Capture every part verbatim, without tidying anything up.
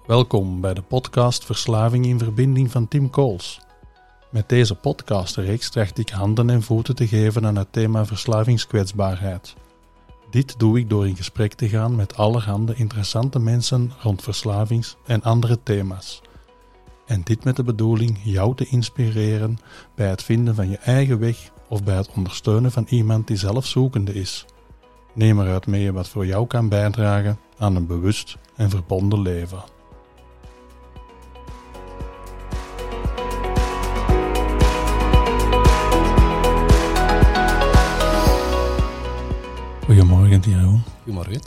Welkom bij de podcast Verslaving in Verbinding van Tim Kools. Met deze podcastreeks tracht ik handen en voeten te geven aan het thema verslavingskwetsbaarheid. Dit doe ik door in gesprek te gaan met allerhande interessante mensen rond verslavings- en andere thema's. En dit met de bedoeling jou te inspireren bij het vinden van je eigen weg of bij het ondersteunen van iemand die zelf zoekende is. Neem eruit mee wat voor jou kan bijdragen aan een bewust en verbonden leven. Goedemorgen, Jeroen. Goedemorgen.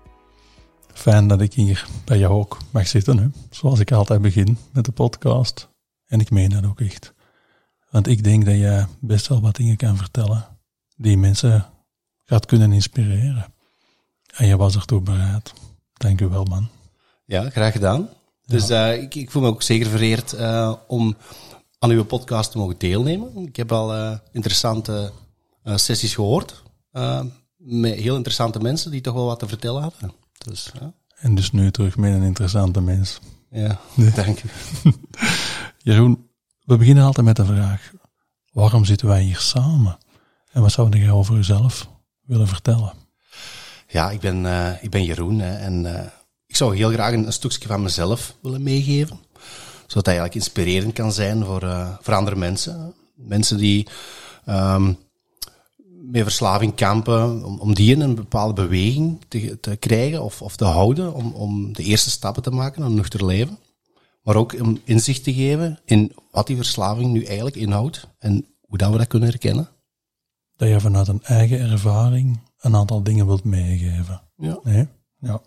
Fijn dat ik hier bij jou ook mag zitten, hè? Zoals ik altijd begin met de podcast. En ik meen dat ook echt. Want ik denk dat jij best wel wat dingen kan vertellen die mensen gaat kunnen inspireren. En je was ertoe bereid. Dank u wel, man. Ja, graag gedaan. Ja. Dus uh, ik, ik voel me ook zeker vereerd uh, om aan uw podcast te mogen deelnemen. Ik heb al uh, interessante uh, sessies gehoord. Uh, met heel interessante mensen die toch wel wat te vertellen hadden. Dus, ja. En dus nu terug met een interessante mens. Ja, nee. Dank u. Jeroen, we beginnen altijd met de vraag: waarom zitten wij hier samen? En wat zou jij over jezelf willen vertellen? Ja, ik ben, uh, ik ben Jeroen hè, en uh, ik zou heel graag een, een stukje van mezelf willen meegeven. Zodat dat eigenlijk inspirerend kan zijn voor, uh, voor andere mensen. Mensen die um, met verslaving kampen, om, om die in een bepaalde beweging te, te krijgen of, of te houden, om, om de eerste stappen te maken naar een nuchter leven. Maar ook om inzicht te geven in wat die verslaving nu eigenlijk inhoudt en hoe dat we dat kunnen herkennen. Dat je vanuit een eigen ervaring een aantal dingen wilt meegeven. Ja. Nee? Ja.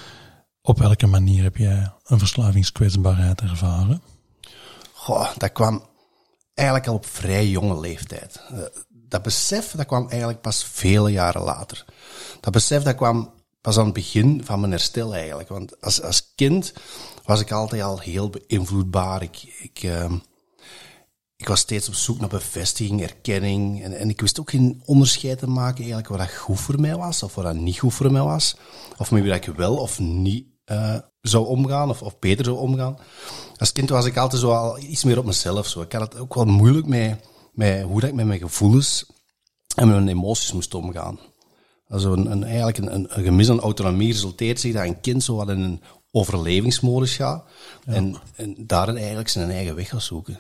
Op welke manier heb jij een verslavingskwetsbaarheid ervaren? Goh, dat kwam eigenlijk al op vrij jonge leeftijd. Dat besef, dat kwam eigenlijk pas vele jaren later. Dat besef, dat kwam pas aan het begin van mijn herstel eigenlijk. Want als, als kind was ik altijd al heel beïnvloedbaar. Ik, ik, uh, ik was steeds op zoek naar bevestiging, erkenning. En, en ik wist ook geen onderscheid te maken eigenlijk wat dat goed voor mij was of wat dat niet goed voor mij was. Of met wie ik wel of niet uh, zou omgaan of, of beter zou omgaan. Als kind was ik altijd zo al iets meer op mezelf. Zo. Ik had het ook wel moeilijk met, met hoe dat ik met mijn gevoelens en met mijn emoties moest omgaan. Also een, een, eigenlijk een, een, een gemis aan autonomie resulteert zich dat een kind zo wat in een overlevingsmodus gaat. Ja. En, en daarin eigenlijk zijn eigen weg gaat zoeken.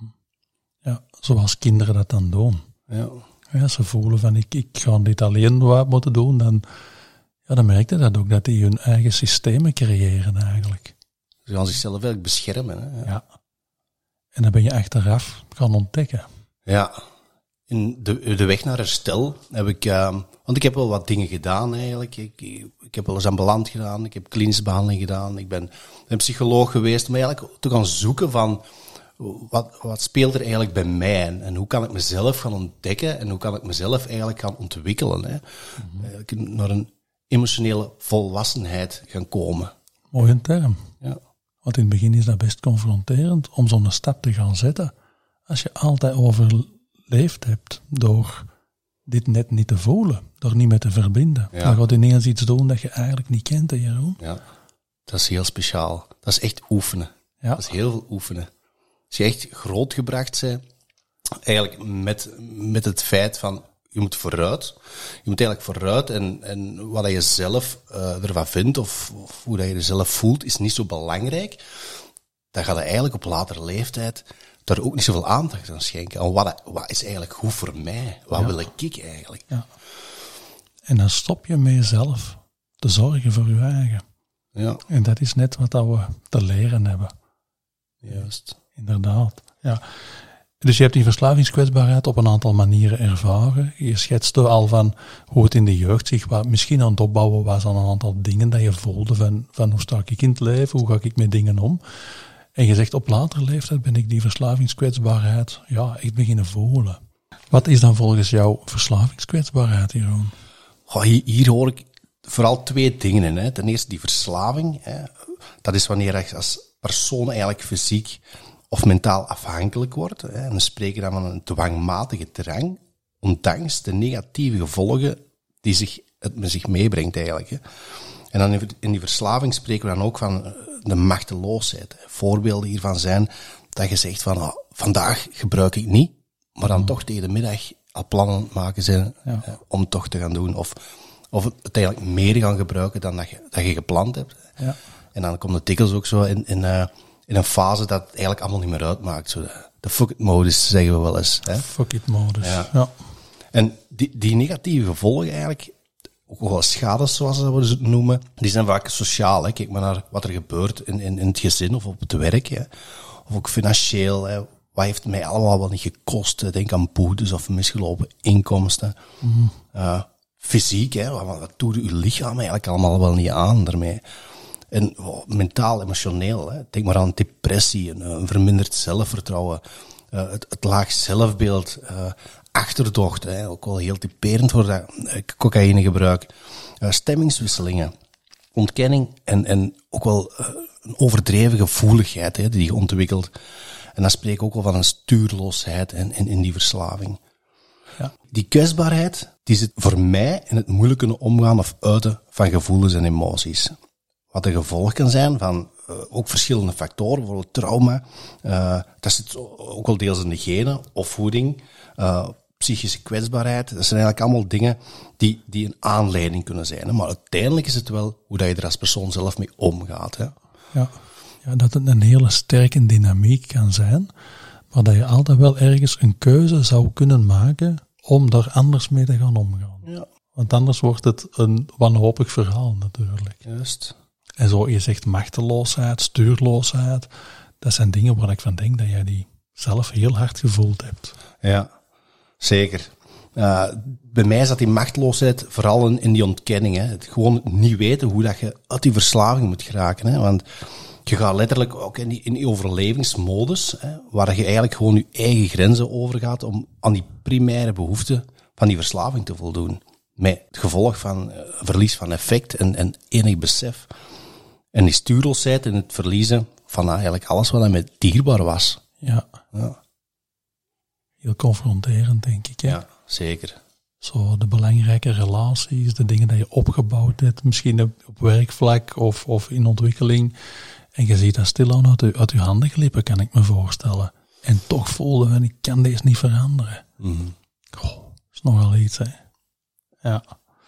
Ja, zoals kinderen dat dan doen. Ja. Ja, ze voelen van ik, ik ga dit alleen wat moeten doen. Dan, ja, dan merk je dat ook, dat die hun eigen systemen creëren eigenlijk. Ze gaan zichzelf eigenlijk beschermen. Hè? Ja. Ja. En dan ben je achteraf gaan ontdekken. Ja. In de, de weg naar herstel heb ik... Uh, want ik heb wel wat dingen gedaan eigenlijk. Ik, ik heb wel eens ambulant gedaan. Ik heb klinische behandeling gedaan. Ik ben een psycholoog geweest. Maar eigenlijk te gaan zoeken van... Wat, wat speelt er eigenlijk bij mij? En, en hoe kan ik mezelf gaan ontdekken? En hoe kan ik mezelf eigenlijk gaan ontwikkelen? Hè? Mm-hmm. Eigenlijk naar een emotionele volwassenheid gaan komen. Mooie term. Ja. Want in het begin is dat best confronterend om zo'n stap te gaan zetten. Als je altijd overleefd hebt door dit net niet te voelen, door niet meer te verbinden. Ja. Dan gaat je ineens iets doen dat je eigenlijk niet kent, hè, Jeroen? Ja, dat is heel speciaal. Dat is echt oefenen. Ja. Dat is heel veel oefenen. Als je echt grootgebracht bent, eigenlijk met, met het feit van, je moet vooruit. Je moet eigenlijk vooruit en, en wat je zelf uh, ervan vindt of, of hoe dat je jezelf voelt, is niet zo belangrijk. Dan ga je eigenlijk op latere leeftijd daar ook niet zoveel aandacht aan schenken. En wat, wat is eigenlijk goed voor mij? Wat ja. wil ik eigenlijk? Ja. En dan stop je met jezelf te zorgen voor je eigen. Ja. En dat is net wat we te leren hebben. Juist. Inderdaad, ja. Dus je hebt die verslavingskwetsbaarheid op een aantal manieren ervaren. Je schetste al van hoe het in de jeugd zich wat misschien aan het opbouwen was aan een aantal dingen dat je voelde van, van hoe sta ik in het leven, hoe ga ik met dingen om. En je zegt op latere leeftijd ben ik die verslavingskwetsbaarheid ja, echt beginnen voelen. Wat is dan volgens jou verslavingskwetsbaarheid, Jeroen? Goh, hier, hier hoor ik vooral twee dingen in. Hè. Ten eerste die verslaving. Hè. Dat is wanneer je als persoon eigenlijk fysiek of mentaal afhankelijk wordt. Hè. En we spreken dan van een dwangmatige drang, ondanks de negatieve gevolgen die zich, het met zich meebrengt eigenlijk. Hè. En dan in die verslaving spreken we dan ook van de machteloosheid. Voorbeelden hiervan zijn dat je zegt van, oh, vandaag gebruik ik niet, maar dan mm. toch tegen de middag al plannen maken zijn ja. eh, om het toch te gaan doen. Of, of het eigenlijk meer gaan gebruiken dan dat je, dat je gepland hebt. Ja. En dan komt het dikwijls ook zo in, in, uh, in een fase dat het eigenlijk allemaal niet meer uitmaakt. Zo de, de fuck it modus, zeggen we wel eens. Hè? Fuck it modus, ja. ja. En die, die negatieve gevolgen eigenlijk, ook wel schades zoals we ze noemen, die zijn vaak sociaal. Hè. Kijk maar naar wat er gebeurt in, in, in het gezin of op het werk. Hè. Of ook financieel. Hè. Wat heeft mij allemaal wel niet gekost? Denk aan boetes of misgelopen inkomsten. Mm. Uh, fysiek, hè. Wat, wat doet uw lichaam eigenlijk allemaal wel niet aan daarmee? En oh, mentaal, emotioneel. Hè. Denk maar aan depressie, een, een verminderd zelfvertrouwen, uh, het, het laag zelfbeeld, uh, achterdocht, hè, ook wel heel typerend voor dat uh, cocaïnegebruik, uh, stemmingswisselingen, ontkenning en, en ook wel uh, een overdreven gevoeligheid hè, die je ontwikkelt. En dan spreek ik ook wel van een stuurloosheid in, in, in die verslaving. Ja. Die kwetsbaarheid, die zit voor mij in het moeilijk kunnen omgaan of uiten van gevoelens en emoties. Wat de gevolg kan zijn van uh, ook verschillende factoren, bijvoorbeeld trauma. Uh, dat zit ook wel deels in de genen, opvoeding, uh, psychische kwetsbaarheid. Dat zijn eigenlijk allemaal dingen die, die een aanleiding kunnen zijn. Hè? Maar uiteindelijk is het wel hoe dat je er als persoon zelf mee omgaat. Hè? Ja. ja, dat het een hele sterke dynamiek kan zijn, maar dat je altijd wel ergens een keuze zou kunnen maken om daar anders mee te gaan omgaan. Ja. Want anders wordt het een wanhopig verhaal natuurlijk. Juist. En zo, je zegt machteloosheid, stuurloosheid. Dat zijn dingen waar ik van denk dat jij die zelf heel hard gevoeld hebt. Ja, zeker. Uh, bij mij zat die machteloosheid vooral in, in die ontkenning. Hè. Het gewoon niet weten hoe dat je uit die verslaving moet geraken. Hè. Want je gaat letterlijk ook in die, in die overlevingsmodus, hè, waar je eigenlijk gewoon je eigen grenzen overgaat om aan die primaire behoeften van die verslaving te voldoen. Met het gevolg van uh, verlies van effect en, en enig besef. En die stuurloosheid en het verliezen van eigenlijk alles wat mij dierbaar was. Ja. ja. Heel confronterend, denk ik. Hè? Ja, zeker. Zo de belangrijke relaties, de dingen die je opgebouwd hebt, misschien op werkvlak of, of in ontwikkeling. En je ziet dat stilaan uit je, uit je handen glippen, kan ik me voorstellen. En toch voelde we, ik kan deze niet veranderen. Mm-hmm. Goh, dat is nogal iets, hè. Ja.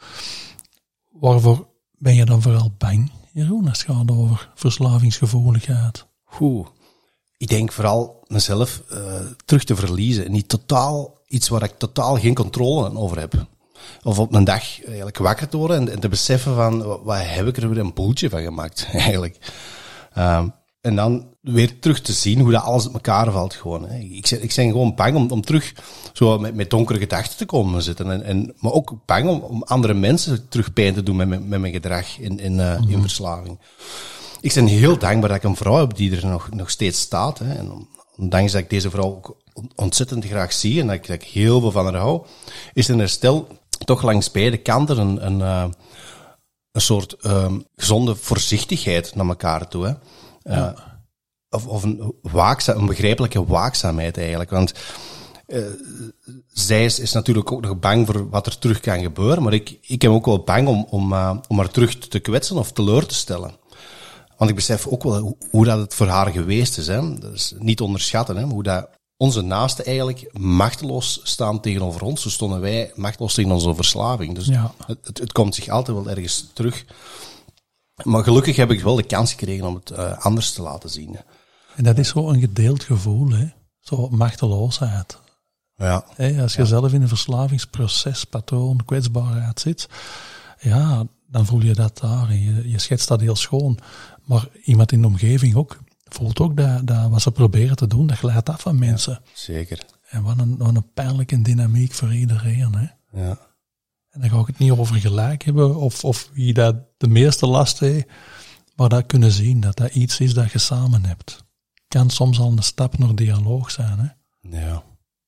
Waarvoor ben je dan vooral bang, Jeroen, als het gaat over verslavingsgevoeligheid? Goed. Ik denk vooral mezelf uh, terug te verliezen. En niet totaal iets waar ik totaal geen controle over heb. Of op een dag eigenlijk wakker te worden en, en te beseffen van, wat, wat heb ik er weer een boeltje van gemaakt, eigenlijk. Um, en dan weer terug te zien hoe dat alles op elkaar valt gewoon. Hè. Ik, ik ben gewoon bang om, om terug zo met, met donkere gedachten te komen zitten. En, en, maar ook bang om, om andere mensen terug pijn te doen met, met, met mijn gedrag in, in, uh, mm-hmm. in verslaving. Ik ben heel dankbaar dat ik een vrouw heb die er nog, nog steeds staat. Hè. En ondanks dat ik deze vrouw ook ontzettend graag zie en dat ik, dat ik heel veel van haar hou, is een herstel toch langs beide kanten een, een, uh, een soort um, gezonde voorzichtigheid naar elkaar toe. Hè. Uh, ja. Of, of een, waakzaam, een begrijpelijke waakzaamheid eigenlijk. Want uh, zij is, is natuurlijk ook nog bang voor wat er terug kan gebeuren, maar ik, ik ben ook wel bang om, om, uh, om haar terug te kwetsen of teleur te stellen. Want ik besef ook wel hoe, hoe dat het voor haar geweest is. Hè. Dat is niet onderschatten, hè, hoe dat onze naasten eigenlijk machteloos staan tegenover ons. Zo stonden wij machteloos tegen onze verslaving. Dus ja. het, het, het komt zich altijd wel ergens terug. Maar gelukkig heb ik wel de kans gekregen om het uh, anders te laten zien. Hè. En dat is zo een gedeeld gevoel, hè? Zo machteloosheid. Ja. Hey, als je ja. zelf in een verslavingsproces, patroon, kwetsbaarheid zit, ja, dan voel je dat daar. Je, je schetst dat heel schoon. Maar iemand in de omgeving ook voelt ook dat, dat wat ze proberen te doen, dat glijdt af van mensen. Ja, zeker. En wat een, wat een pijnlijke dynamiek voor iedereen, hè? Ja. En dan ga ik het niet over gelijk hebben of, of wie dat de meeste last heeft, maar dat kunnen zien dat dat iets is dat je samen hebt. Kan soms al een stap naar dialoog zijn, hè? Ja.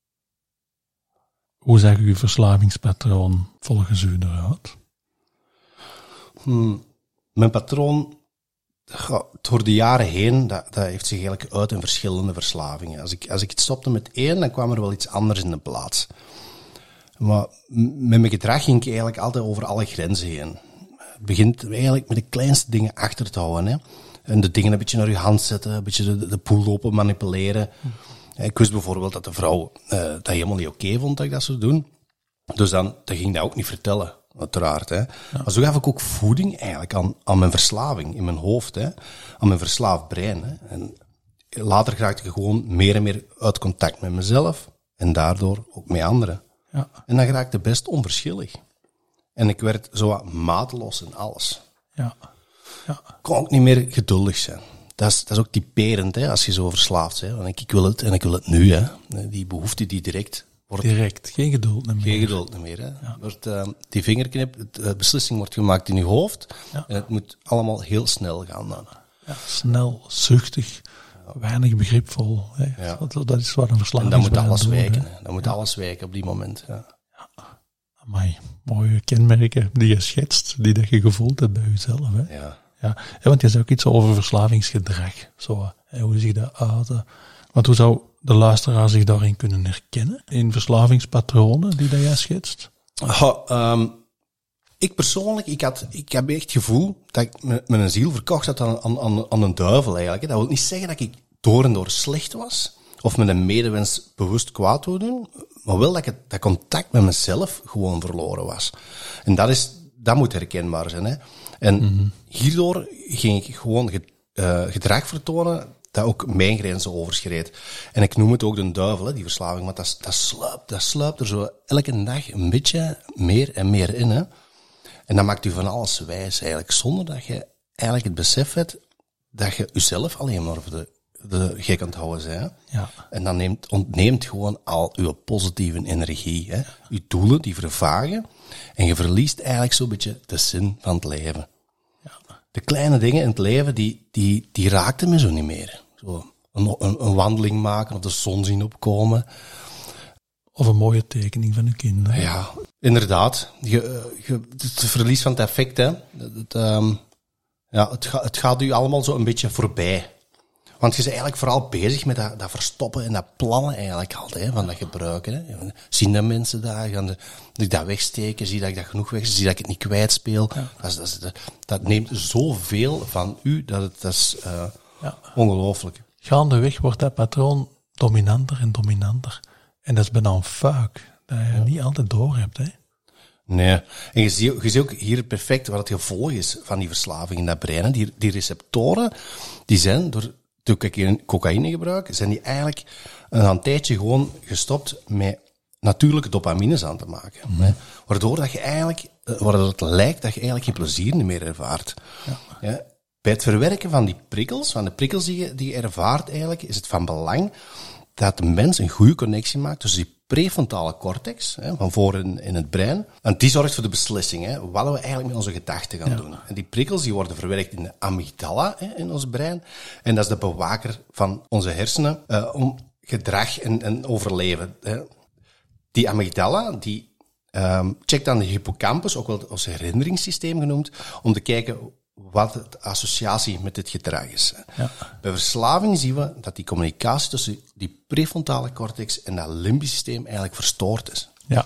Hoe zag uw verslavingspatroon volgens u eruit? Hmm, mijn patroon, door de jaren heen, dat, dat heeft zich eigenlijk uit in verschillende verslavingen. Als ik, als ik het stopte met één, dan kwam er wel iets anders in de plaats. Maar met mijn gedrag ging ik eigenlijk altijd over alle grenzen heen. het begint eigenlijk met de kleinste dingen achter te houden. Hè. En de dingen een beetje naar je hand zetten, een beetje de, de poel lopen, manipuleren. Hm. Ik wist bijvoorbeeld dat de vrouw uh, dat helemaal niet oké okay vond dat ik dat zou doen. Dus dan, dan ging ik dat ook niet vertellen, uiteraard. Hè. Ja. Maar zo gaf ik ook voeding eigenlijk aan, aan mijn verslaving in mijn hoofd. Hè. Aan mijn verslaafd brein. Hè. En later raakte ik gewoon meer en meer uit contact met mezelf. En daardoor ook met anderen. Ja. En dan raakte ik best onverschillig. En ik werd zo wat mateloos in alles. Ja. Ja. Ik kon ook niet meer geduldig zijn. Dat is, dat is ook typerend, hè, als je zo verslaafd bent. Dan denk ik, ik wil het en ik wil het nu. Hè. Die behoefte die direct wordt... Direct, geen geduld meer. Geen geduld meer. Hè. Ja. Wordt, uh, die vingerknip, de beslissing wordt gemaakt in je hoofd. Ja. En het moet allemaal heel snel gaan dan. Ja, snel, zuchtig, ja. weinig begripvol. Hè. Ja. Dat, dat is wat een verslaving is. En dan moet alles wijken. Hè. Dan moet ja. alles wijken op die moment. Ja. Ja. Amai, mooie kenmerken die je schetst, die dat je gevoeld hebt bij jezelf. Hè. Ja. Ja, want je zei ook iets over verslavingsgedrag. Zo, hè, hoe zich dat uit. Want hoe zou de luisteraar zich daarin kunnen herkennen? In verslavingspatronen die dat jij schetst? Oh, um, ik persoonlijk, ik, had, ik heb echt het gevoel dat ik mijn ziel verkocht had aan, aan, aan, aan een duivel eigenlijk. Dat wil niet zeggen dat ik door en door slecht was. Of met een medewens bewust kwaad wil doen. Maar wel dat ik het, dat contact met mezelf gewoon verloren was. En dat is, dat moet herkenbaar zijn, hè. En mm-hmm. hierdoor ging ik gewoon gedrag vertonen dat ook mijn grenzen overschreed. En ik noem het ook de duivel, hè, die verslaving, want dat, dat, sluipt, dat sluipt er zo elke dag een beetje meer en meer in. Hè. En dat maakt u van alles wijs eigenlijk, zonder dat je eigenlijk het besef hebt dat je jezelf alleen maar voor de, de gek aan het houden bent. Ja. En dan neemt, ontneemt gewoon al uw positieve energie. Hè. Uw doelen die vervagen en je verliest eigenlijk zo'n beetje de zin van het leven. Ja. De kleine dingen in het leven, die, die, die raakten me zo niet meer. Zo een, een, een wandeling maken of de zon zien opkomen. Of een mooie tekening van uw kinderen. Ja, inderdaad. Je, je, het verlies van het effect, hè. Het, um, ja, het, ga, het gaat u allemaal zo een beetje voorbij. Want je bent eigenlijk vooral bezig met dat, dat verstoppen en dat plannen eigenlijk altijd, hè, van dat gebruiken. Hè. Zien dat mensen daar, gaan de, dat ik dat wegsteken, zie dat ik dat genoeg wegsteek, zie dat ik het niet kwijtspeel. Ja. Dat, is, dat, is, dat neemt zoveel van u, dat, het, dat is uh, ja. ongelooflijk. Gaandeweg wordt dat patroon dominanter en dominanter. En dat is bijna een fuik, dat je ja. niet altijd door hebt, hè. Nee, en je ziet, je ziet ook hier perfect wat het gevolg is van die verslaving in dat brein. Die, die receptoren, die zijn door... Toen ik cocaïne gebruik, zijn die eigenlijk een tijdje gewoon gestopt met natuurlijke dopamines aan te maken. Mm. Hè, waardoor dat je eigenlijk, waardoor het lijkt dat je eigenlijk geen plezier meer ervaart. Ja. Ja, bij het verwerken van die prikkels, van de prikkels die je, die je ervaart eigenlijk, is het van belang dat de mens een goede connectie maakt tussen die prefrontale cortex, hè, van voor in, in het brein. En die zorgt voor de beslissing, hè, wat we eigenlijk met onze gedachten gaan ja. doen. En die prikkels die worden verwerkt in de amygdala, hè, in ons brein. En dat is de bewaker van onze hersenen uh, om gedrag en, en overleven. Hè. Die amygdala, die um, checkt dan de hippocampus, ook wel als herinneringssysteem genoemd, om te kijken wat de associatie met dit gedrag is. Ja. Bij verslaving zien we dat die communicatie tussen die prefrontale cortex en dat limbisch systeem eigenlijk verstoord is. Ja.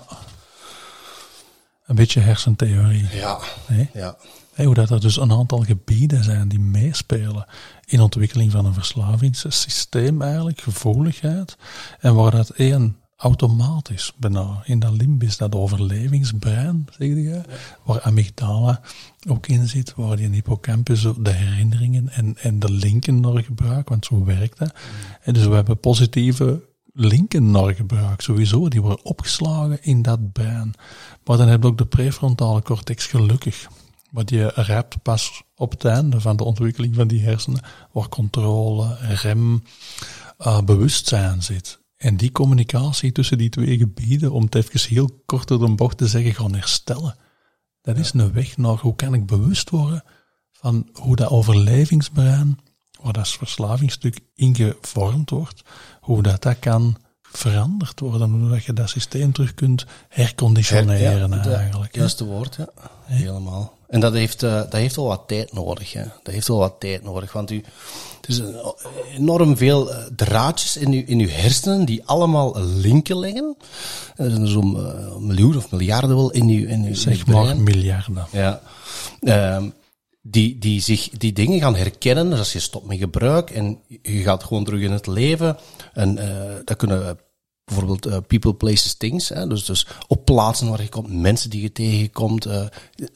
Een beetje hersentheorie. Ja. Nee? Ja. Hey, hoe dat er dus een aantal gebieden zijn die meespelen in de ontwikkeling van een verslavingssysteem eigenlijk, gevoeligheid, en waar dat één automatisch bijna in dat limbisch, dat overlevingsbrein, zeg je, ja. waar amygdala ook in zit, waar die hippocampus de herinneringen en, en de linken naar gebruikt, want zo werkt dat. Mm. En dus we hebben positieve linken naar gebruik, sowieso, die worden opgeslagen in dat brein. Maar dan heb je ook de prefrontale cortex, gelukkig. Maar die rijpt pas op het einde van de ontwikkeling van die hersenen, waar controle, rem, uh, bewustzijn zit. En die communicatie tussen die twee gebieden, om het even heel kort door de bocht te zeggen, gaan herstellen. Dat is een weg naar hoe kan ik bewust worden van hoe dat overlevingsbrein, waar dat verslavingsstuk ingevormd wordt, hoe dat, dat kan veranderd worden, hoe dat je dat systeem terug kunt herconditioneren Her, ja, eigenlijk. Het juiste woord, ja. Helemaal. En dat heeft, uh, dat heeft wel wat tijd nodig. Hè. Dat heeft wel wat tijd nodig. Want u, het is een, enorm veel uh, draadjes in uw, in uw hersenen die allemaal linken leggen. Er zijn zo'n uh, miljoen of miljarden wel in uw, in uw Zeg maar miljarden. Ja. Uh, die, die zich die dingen gaan herkennen. Dus als je stopt met gebruik en je gaat gewoon terug in het leven. En uh, dat kunnen bijvoorbeeld uh, people, places, things. Hè. Dus, dus op plaatsen waar je komt, mensen die je tegenkomt. Uh,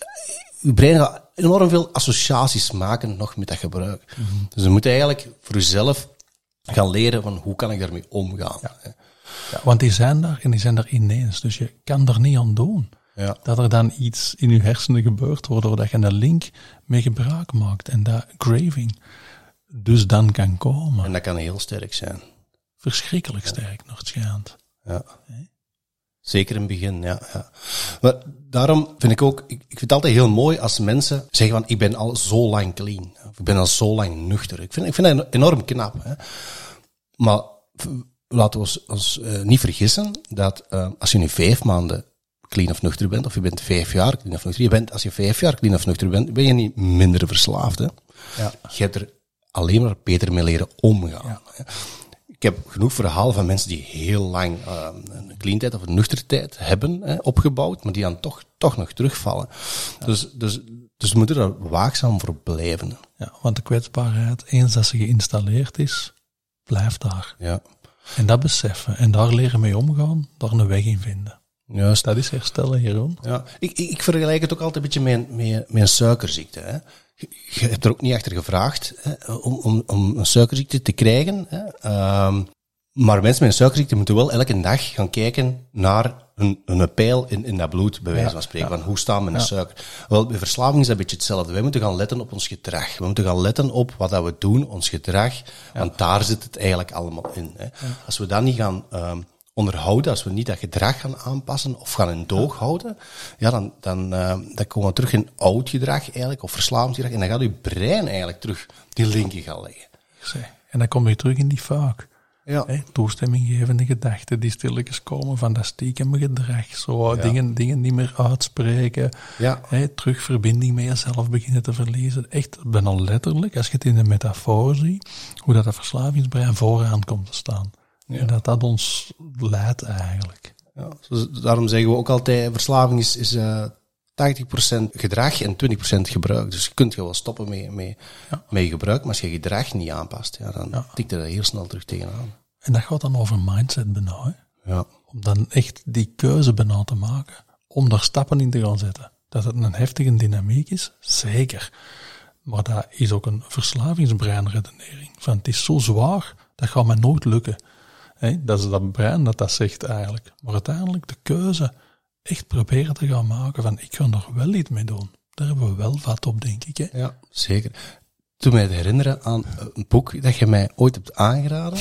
je brein gaat enorm veel associaties maken nog met dat gebruik. Mm-hmm. Dus je moet eigenlijk voor jezelf gaan leren van hoe kan ik daarmee omgaan. Ja. Ja, want die zijn daar en die zijn daar ineens. Dus je kan er niet aan doen. Ja. Dat er dan iets in je hersenen gebeurt, waardoor dat je een link mee gebruik maakt. En dat craving dus dan kan komen. En dat kan heel sterk zijn. Verschrikkelijk sterk, ja. Nog het schijnt. Ja. Nee? Zeker in het begin, ja, ja. Maar daarom vind ik ook, ik, ik vind het altijd heel mooi als mensen zeggen van, ik ben al zo lang clean. Of ik ben al zo lang nuchter. Ik vind, ik vind dat enorm knap. Hè. Maar laten we ons, ons uh, niet vergissen dat uh, als je nu vijf maanden clean of nuchter bent, of je bent vijf jaar clean of nuchter, je bent, als je vijf jaar clean of nuchter bent, ben je niet minder verslaafd. Hè. Ja. Je hebt er alleen maar beter mee leren omgaan. Ja. Hè. Ik heb genoeg verhalen van mensen die heel lang uh, een clean tijd of een nuchter tijd hebben hè, opgebouwd, maar die dan toch, toch nog terugvallen. Ja. Dus, dus, dus we moeten er waakzaam voor blijven. Ja, want de kwetsbaarheid, eens dat ze geïnstalleerd is, blijft daar. Ja. En dat beseffen en daar leren mee omgaan, daar een weg in vinden. Juist. Dat is herstellen, Jeroen. Ja. Ik, ik, ik vergelijk het ook altijd een beetje met, met, met een suikerziekte. Hè. Je hebt er ook niet achter gevraagd hè, om, om, om een suikerziekte te krijgen. Hè. Um, maar mensen met een suikerziekte moeten wel elke dag gaan kijken naar een, een pijl in, in dat bloed, bij wijze ja, van spreken. Ja. Van hoe staan we met ja. suiker? Wel, bij verslaving is dat een beetje hetzelfde. Wij moeten gaan letten op ons gedrag. We moeten gaan letten op wat dat we doen, ons gedrag. Ja. Want daar zit het eigenlijk allemaal in. Hè. Ja. Als we dat niet gaan um, onderhouden, als we niet dat gedrag gaan aanpassen of gaan in doog ja. houden, ja, dan, dan, uh, dan komen we terug in oud gedrag eigenlijk, of verslavingsgedrag, en dan gaat uw brein eigenlijk terug die linken gaan leggen. En dan kom je terug in die vaak. Ja. Hey, toestemminggevende gedachten die stilletjes komen van dat stiekeme gedrag. Zo ja. dingen, dingen niet meer uitspreken. Ja. Hey, terug verbinding met jezelf beginnen te verliezen. Echt, ben al letterlijk, als je het in de metafoor ziet, hoe dat, dat verslavingsbrein vooraan komt te staan. Ja. En dat dat ons leidt eigenlijk. Ja, dus daarom zeggen we ook altijd, verslaving is, is uh, tachtig procent gedrag en twintig procent gebruik. Dus je kunt je wel stoppen met, met, ja. met gebruik, maar als je gedrag niet aanpast, ja, dan ja. tikt je er heel snel terug tegenaan. En dat gaat dan over mindset bijna. Ja. Om dan echt die keuze bijna te maken. Om daar stappen in te gaan zetten. Dat het een heftige dynamiek is, zeker. Maar dat is ook een verslavingsbreinredenering. Van het is zo zwaar, dat gaat mij nooit lukken. He, dat is dat brein dat dat zegt eigenlijk. Maar uiteindelijk de keuze echt proberen te gaan maken van ik ga er wel iets mee doen. Daar hebben we wel wat op, denk ik. Hè? Ja, zeker. Toen mij herinneren aan een boek dat je mij ooit hebt aangeraden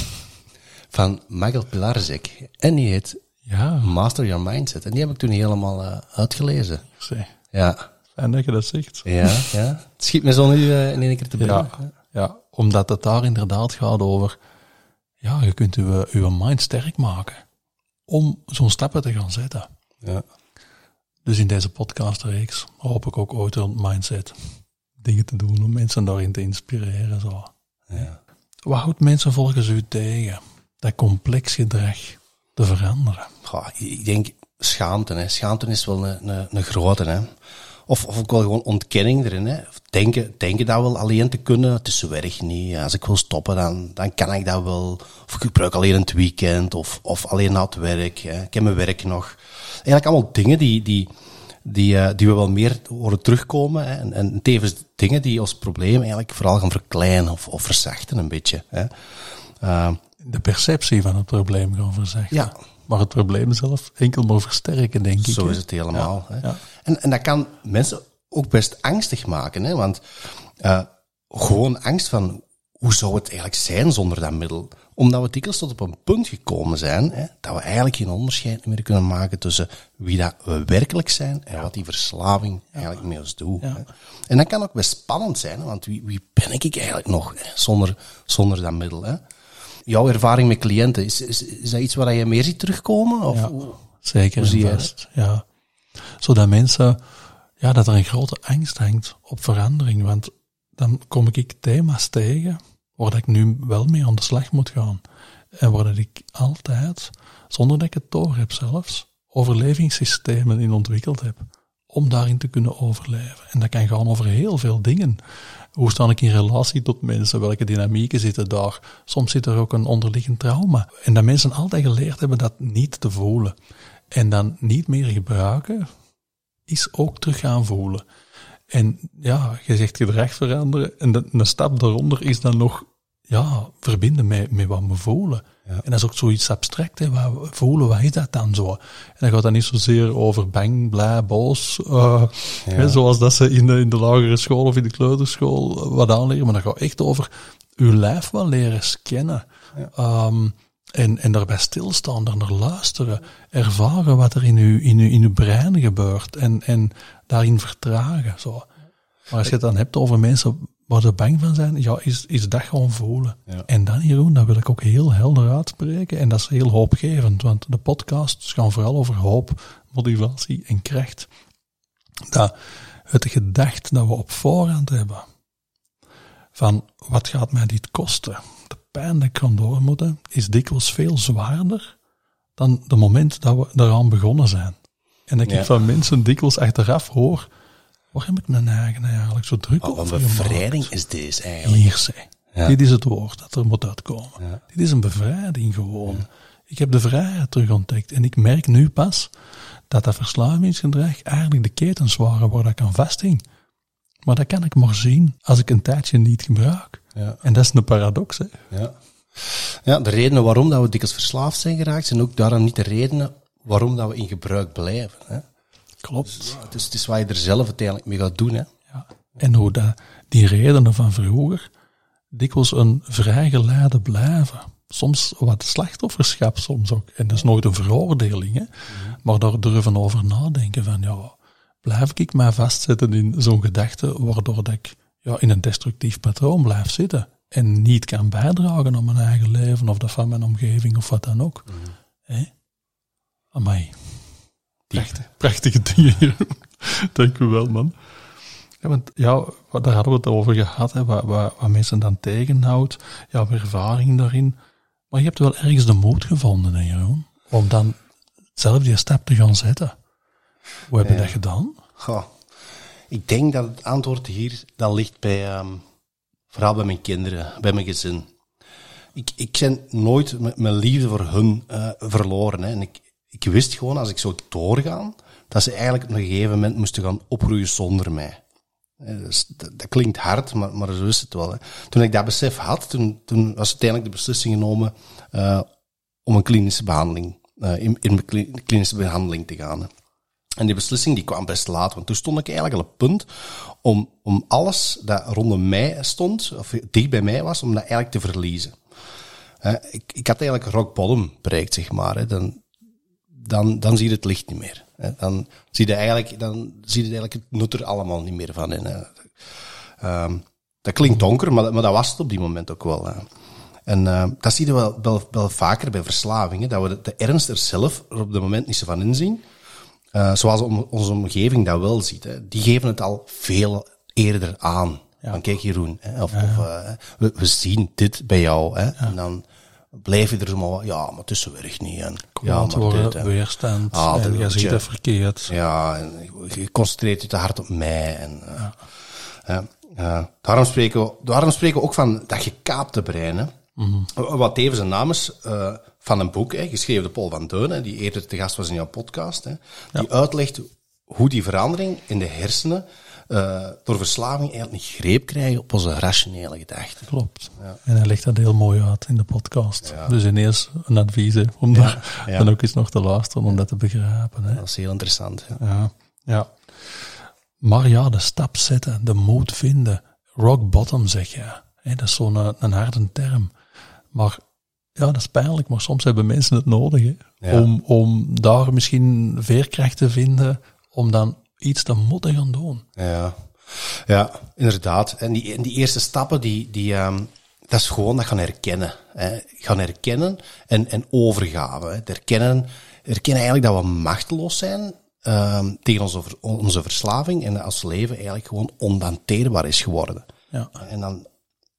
van Michael Pilarczyk. En die heet ja. Master Your Mindset. En die heb ik toen helemaal uh, uitgelezen. Zee. Ja. Fijn dat je dat zegt. Ja, ja. Het schiet me zo nu uh, in één keer te binnen. Ja, ja, omdat het daar inderdaad gaat over ja, je kunt uw, uw mind sterk maken om zo'n stappen te gaan zetten. Ja. Dus in deze podcastreeks hoop ik ook ooit rond mindset dingen te doen om mensen daarin te inspireren. Zo. Ja. Wat houdt mensen volgens u tegen dat complex gedrag te veranderen? Goh, ik denk schaamte. Hè. Schaamte is wel een, een, een grote. Hè. Of, of ook wel gewoon ontkenning erin. Hè. Of denken, denken dat wel alleen te kunnen. Het is zo erg niet. Als ik wil stoppen, dan, dan kan ik dat wel. Of ik gebruik alleen in het weekend. Of, of alleen na het werk. Hè. Ik heb mijn werk nog. Eigenlijk allemaal dingen die, die, die, uh, die we wel meer horen terugkomen. Hè. En, en tevens dingen die ons probleem eigenlijk vooral gaan verkleinen of, of verzachten een beetje. Hè. Uh, De perceptie van het probleem gaan verzachten. Ja. Maar het probleem zelf enkel maar versterken, denk ik. Zo is het helemaal. Ja, hè. Ja. En, en dat kan mensen ook best angstig maken. Hè, want uh, gewoon angst van, hoe zou het eigenlijk zijn zonder dat middel? Omdat we dikwijls tot op een punt gekomen zijn, hè, dat we eigenlijk geen onderscheid meer kunnen maken tussen wie dat we werkelijk zijn en wat die verslaving ja. eigenlijk met ons doet. Ja. Hè. En dat kan ook best spannend zijn, hè, want wie, wie ben ik eigenlijk nog hè, zonder, zonder dat middel? Hè? Jouw ervaring met cliënten, is, is, is dat iets waar je meer ziet terugkomen? Of, ja, zeker hoe zie je vast. Ja. Zodat mensen ja, dat er een grote angst hangt op verandering. Want dan kom ik thema's tegen waar ik nu wel mee aan de slag moet gaan. En waar dat ik altijd, zonder dat ik het door heb zelfs, overlevingssystemen in ontwikkeld heb. Om daarin te kunnen overleven. En dat kan gaan over heel veel dingen. Hoe sta ik in relatie tot mensen? Welke dynamieken zitten daar? Soms zit er ook een onderliggend trauma. En dat mensen altijd geleerd hebben dat niet te voelen. En dan niet meer gebruiken, is ook terug gaan voelen. En ja, je zegt gedrag veranderen. En de, een stap daaronder is dan nog ja, verbinden met, met wat we voelen. Ja. En dat is ook zoiets abstract, hè. Wat we voelen, wat is dat dan zo? En dan gaat dat niet zozeer over bang, blij, boos, uh, ja. hè, zoals dat ze in de, in de lagere school of in de kleuterschool wat aanleren, maar dat gaat echt over uw lijf wel leren scannen. Ja. Um, en, en daarbij stilstaan, daar naar luisteren, ervaren wat er in uw, in uw, in uw brein gebeurt en, en daarin vertragen. Zo. Maar als je het dan hebt over mensen waar ze bang van zijn, ja, is, is dat gewoon voelen. Ja. En dan, Jeroen, dat wil ik ook heel helder uitspreken. En dat is heel hoopgevend, want de podcasts gaan vooral over hoop, motivatie en kracht. Dat het gedacht dat we op voorhand hebben, van wat gaat mij dit kosten? De pijn dat ik kan door moeten, is dikwijls veel zwaarder dan het moment dat we daaraan begonnen zijn. En dat ik ja. van mensen dikwijls achteraf hoor, waar heb ik mijn eigen eigenlijk zo druk oh, over een bevrijding gemaakt? Is deze eigenlijk. Hier, zei. Ja. Dit is het woord dat er moet uitkomen. Ja. Dit is een bevrijding gewoon. Ja. Ik heb de vrijheid terug ontdekt. En ik merk nu pas dat dat verslavingsgedrag eigenlijk de ketens waren waar ik aan vasthing. Maar dat kan ik maar zien als ik een tijdje niet gebruik. Ja. En dat is een paradox, hè. Ja. ja, de redenen waarom dat we dikwijls verslaafd zijn geraakt, zijn ook daarom niet de redenen waarom dat we in gebruik blijven, hè. Klopt. Dus, ja, dus het is wat je er zelf uiteindelijk mee gaat doen, hè. Ja. En hoe dat, die redenen van vroeger dikwijls een vrijgeleide blijven. Soms wat slachtofferschap, soms ook. En dat is nooit een veroordeling, hè. Mm-hmm. Maar daar durven over nadenken van, ja, blijf ik mij vastzetten in zo'n gedachte, waardoor dat ik ja, in een destructief patroon blijf zitten en niet kan bijdragen aan mijn eigen leven of dat van mijn omgeving of wat dan ook. Mm-hmm. Hé? Amai. Prachtig, prachtige dingen hier. Dank u wel, man. Ja, want ja, daar hadden we het over gehad, hè, wat, wat, wat mensen dan tegenhoudt. Ja, ervaring daarin. Maar je hebt wel ergens de moed gevonden, hè, Jeroen, om dan zelf die stap te gaan zetten. Hoe heb je ja. dat gedaan? Goh, ik denk dat het antwoord hier dat ligt bij, um, vooral bij mijn kinderen, bij mijn gezin. Ik, ik ben nooit m- mijn liefde voor hun uh, verloren. Hè. En ik, ik wist gewoon, als ik zou doorgaan, dat ze eigenlijk op een gegeven moment moesten gaan opgroeien zonder mij. Dus dat, dat klinkt hard, maar, maar zo is het wel. Hè. Toen ik dat besef had, toen, toen was uiteindelijk de beslissing genomen uh, om een klinische behandeling, uh, in, in een klinische behandeling te gaan. Hè. En die beslissing die kwam best laat, want toen stond ik eigenlijk al op het punt om, om alles dat rondom mij stond, of dicht bij mij was, om dat eigenlijk te verliezen. Uh, ik, ik had eigenlijk rock bottom bereikt, zeg maar. Hè. Dan, dan, dan zie je het licht niet meer. Hè. Dan zie je eigenlijk, dan zie je eigenlijk het nut er allemaal niet meer van in. Hè. Um, dat klinkt donker, maar, maar dat was het op die moment ook wel. Hè. En uh, dat zie je wel, wel, wel vaker bij verslavingen, dat we de, de ernst er zelf er op het moment niet zo van inzien. Uh, zoals om, onze omgeving dat wel ziet. Hè. Die geven het al veel eerder aan. Ja. Van kijk Jeroen, hè, of, ja. of uh, we, we zien dit bij jou. Hè. Ja. En dan blijf je er zo maar, ja, maar tussen werkt niet. En, ja, maar worden, dit, weerstand, ah, en je ziet het verkeerd. Ja, en je concentreert je te hard op mij. En, uh, ja. uh, uh, daarom, spreken we, daarom spreken we ook van dat gekaapte brein. Hè. Mm-hmm. Wat tevens een naam is uh, van een boek, hè, geschreven door Paul van Deun, hè, die eerder te gast was in jouw podcast, hè, die ja. uitlegt hoe die verandering in de hersenen uh, door verslaving eigenlijk een greep krijgen op onze rationele gedachten. Klopt. Ja. En hij legt dat heel mooi uit in de podcast. Ja. Dus ineens een advies hè, om ja. daar ja. dan ook eens nog te luisteren, om ja. dat te begrijpen. Hè. Dat is heel interessant. Ja. Ja. Ja. Maar ja, de stap zetten, de moed vinden, rock bottom zeg je. Hè, dat is zo'n een, een harde term. Maar ja, dat is pijnlijk, maar soms hebben mensen het nodig hè, ja. om, om daar misschien veerkracht te vinden, om dan iets te moeten gaan doen. Ja, ja inderdaad. En die, en die eerste stappen, die, die, um, dat is gewoon dat gaan herkennen. Hè. Gaan herkennen en, en overgave. Hè. Herkennen, herkennen eigenlijk dat we machteloos zijn uh, tegen onze, onze verslaving en dat ons leven eigenlijk gewoon onhanteerbaar is geworden. Ja. En dan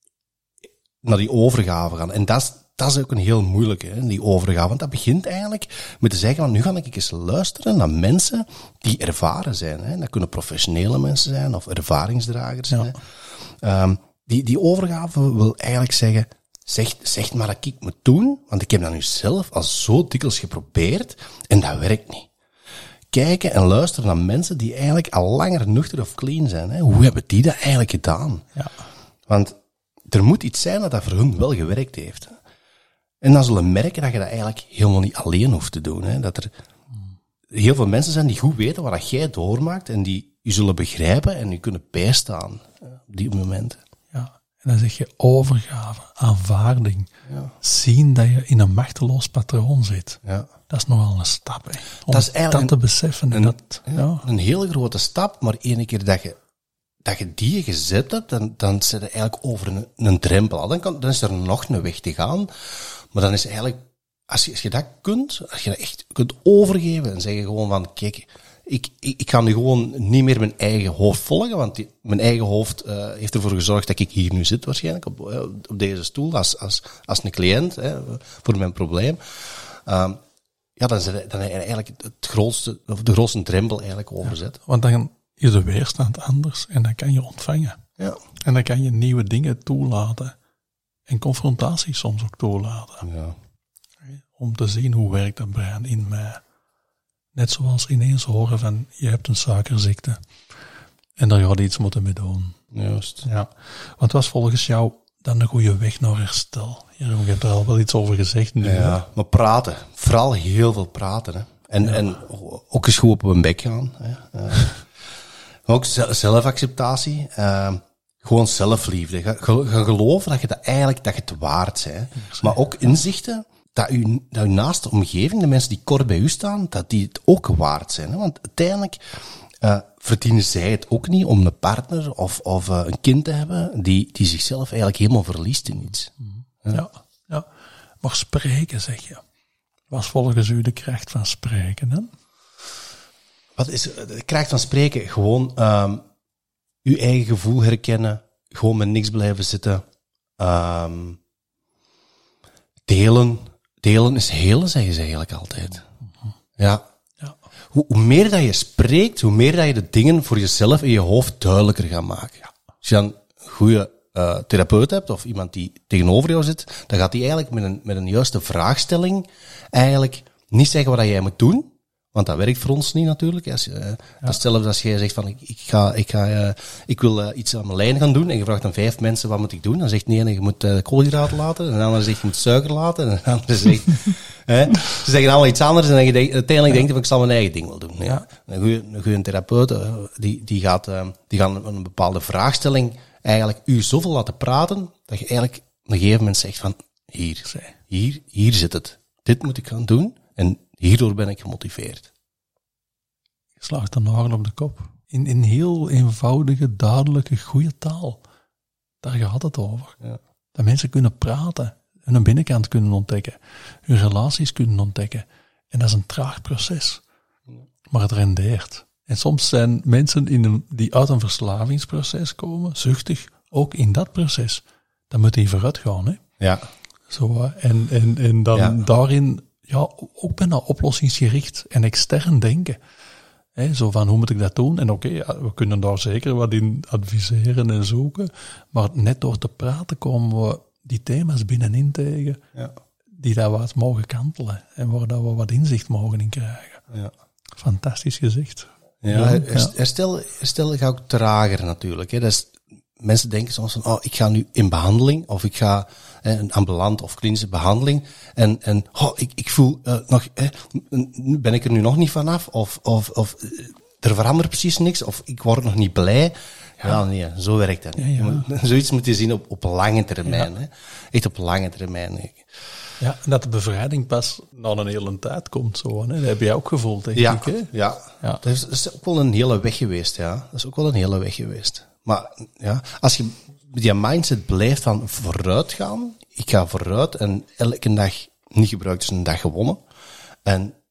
naar die overgave gaan. En dat is, dat is ook een heel moeilijke, hè, die overgave. Want dat begint eigenlijk met te zeggen, van, nu ga ik eens luisteren naar mensen die ervaren zijn. Hè. Dat kunnen professionele mensen zijn of ervaringsdragers Ja. zijn. Um, die, die overgave wil eigenlijk zeggen, zeg, zeg maar dat ik moet doen, want ik heb dat nu zelf al zo dikwijls geprobeerd en dat werkt niet. Kijken en luisteren naar mensen die eigenlijk al langer nuchter of clean zijn. Hè. Hoe hebben die dat eigenlijk gedaan? Ja. Want er moet iets zijn dat dat voor hun wel gewerkt heeft. En dan zullen merken dat je dat eigenlijk helemaal niet alleen hoeft te doen. Hè. Dat er heel veel mensen zijn die goed weten wat dat jij doormaakt en die je zullen begrijpen en je kunnen bijstaan op die momenten. Ja. En dan zeg je overgave, aanvaarding. Ja. Zien dat je in een machteloos patroon zit. Ja. Dat is nogal een stap. Hè. Om Dat is eigenlijk dat te beseffen. En Een, dat, ja, ja. een hele grote stap, maar ene keer dat je, dat je die gezet hebt, dan, dan zit je eigenlijk over een, een drempel. Dan, kan, dan is er nog een weg te gaan. Maar dan is eigenlijk, als je, als je dat kunt, als je dat echt kunt overgeven en zeggen gewoon van, kijk, ik, ik, ik ga nu gewoon niet meer mijn eigen hoofd volgen, want die, mijn eigen hoofd uh, heeft ervoor gezorgd dat ik hier nu zit waarschijnlijk, op, uh, op deze stoel, als, als, als een cliënt, hè, voor mijn probleem. Um, ja, dan is het, dan eigenlijk het grootste, of de grootste drempel eigenlijk overzet. Ja, want dan is de weerstand anders en dan kan je ontvangen. Ja. En dan kan je nieuwe dingen toelaten. En confrontatie soms ook toelaten. Ja. Om te zien hoe werkt dat brein in mij. Net zoals ineens horen van, je hebt een suikerziekte. En daar gaat iets moeten mee doen. Juist. Ja. Wat was volgens jou dan een goede weg naar herstel? Jeroen, je hebt er al wel iets over gezegd nu. Ja, maar praten. Vooral heel veel praten. Hè. En, ja. en ook eens goed op een bek gaan. Hè. Uh, maar ook zelfacceptatie. Uh, gewoon zelfliefde. Ga, ga geloven dat je dat eigenlijk dat je het waard bent. Maar ook inzichten dat je, dat je naast de omgeving, de mensen die kort bij u staan, dat die het ook waard zijn. Hè. Want uiteindelijk uh, verdienen zij het ook niet om een partner of, of uh, een kind te hebben die, die zichzelf eigenlijk helemaal verliest in iets. Ja. Ja, ja. Maar spreken, zeg je. Was volgens u de kracht van spreken, hè? Wat is de kracht van spreken? Gewoon um, uw eigen gevoel herkennen. Gewoon met niks blijven zitten. Um, delen. Delen is helen, zeggen ze eigenlijk altijd. Mm-hmm. Ja. ja. Hoe, hoe meer dat je spreekt, hoe meer dat je de dingen voor jezelf in je hoofd duidelijker gaat maken. Ja. Als je dan een goede uh, therapeut hebt, of iemand die tegenover jou zit, dan gaat die eigenlijk met een, met een juiste vraagstelling eigenlijk niet zeggen wat jij moet doen. Want dat werkt voor ons niet natuurlijk. Als, uh, ja. Dat is hetzelfde als jij zegt van, ik, ik, ga, ik, ga, uh, ik wil uh, iets aan mijn lijn gaan doen en je vraagt aan vijf mensen, wat moet ik doen? Dan zegt nee, je moet uh, koolhydraten laten, en de andere zegt je moet suiker laten, en de andere zegt, hè, ze zeggen allemaal iets anders en dan je denk, uiteindelijk ja. denk je van, ik zal mijn eigen ding wel doen. Ja. Ja. Een goede, een goede therapeut, uh, die, die gaat, uh, die gaat een bepaalde vraagstelling eigenlijk u zoveel laten praten, dat je eigenlijk op een gegeven moment zegt van, hier, hier, hier zit het. Dit moet ik gaan doen en hierdoor ben ik gemotiveerd. Je slaagt de nagel op de kop. In, in heel eenvoudige, duidelijke, goede taal. Daar gaat het over. Ja. Dat mensen kunnen praten, hun binnenkant kunnen ontdekken, hun relaties kunnen ontdekken. En dat is een traag proces. Ja. Maar het rendeert. En soms zijn mensen in een, die uit een verslavingsproces komen, zuchtig, ook in dat proces. Dan moet die vooruit gaan. Hè? Ja. Zo, en, en, en dan ja. daarin ja, ook bijna oplossingsgericht en extern denken. He, zo van, hoe moet ik dat doen? En oké, okay, ja, we kunnen daar zeker wat in adviseren en zoeken. Maar net door te praten komen we die thema's binnenin tegen. Ja. Die daar wat mogen kantelen. En waar dat we wat inzicht mogen in krijgen. Ja. Fantastisch gezegd. Ja, ja. Herstel, herstel gaat ook trager natuurlijk. Hè. Dat is, mensen denken soms van, oh, ik ga nu in behandeling. Of ik ga eh, een ambulant of klinische behandeling. En, en oh, ik, ik voel uh, nog, eh, ben ik er nu nog niet vanaf? Of, of, of er verandert precies niks? Of ik word nog niet blij? Ja, ja nee, zo werkt dat niet. Ja, ja. Je moet, zoiets moet je zien op, op lange termijn. Ja. Hè. Echt op lange termijn. Ja, en dat de bevrijding pas na een hele tijd komt. Zo, hè. Dat heb jij ook gevoeld, denk ja, ik. Hè? Ja, ja. Dat is, dat is ook wel een hele weg geweest. Ja. Dat is ook wel een hele weg geweest. Maar ja, als je met die mindset blijft van vooruit gaan, ik ga vooruit en elke dag niet gebruikt is een dag gewonnen. En